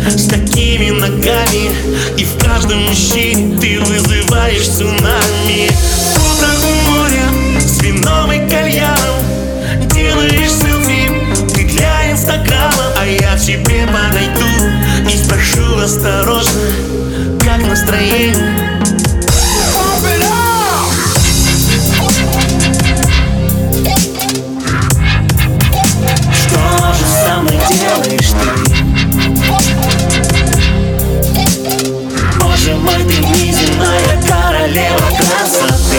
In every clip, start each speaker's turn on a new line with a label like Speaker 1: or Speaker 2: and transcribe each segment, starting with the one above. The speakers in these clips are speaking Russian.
Speaker 1: с такими ногами, и в каждом мужчине ты вызываешь цунами. Утро у моря с вином и кальяном, делаешь селфи ты для инстаграма, а я к тебе подойду и спрошу осторожно, как настроение? Что же со мной делаешь ты? Боже мой, ты неземная королева красоты.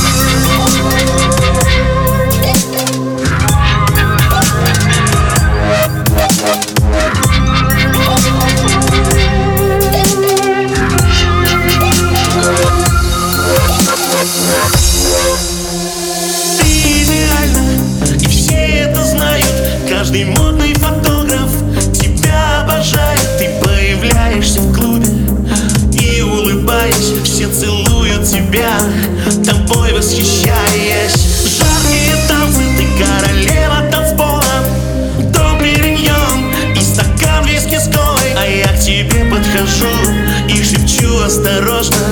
Speaker 1: Каждый модный фотограф тебя обожает. Ты появляешься в клубе и, улыбаясь, все целуют тебя, тобой восхищаясь. Жаркие танцы, ты королева танцпола, дом периньон и стакан виски с колой. А я к тебе подхожу и шепчу осторожно,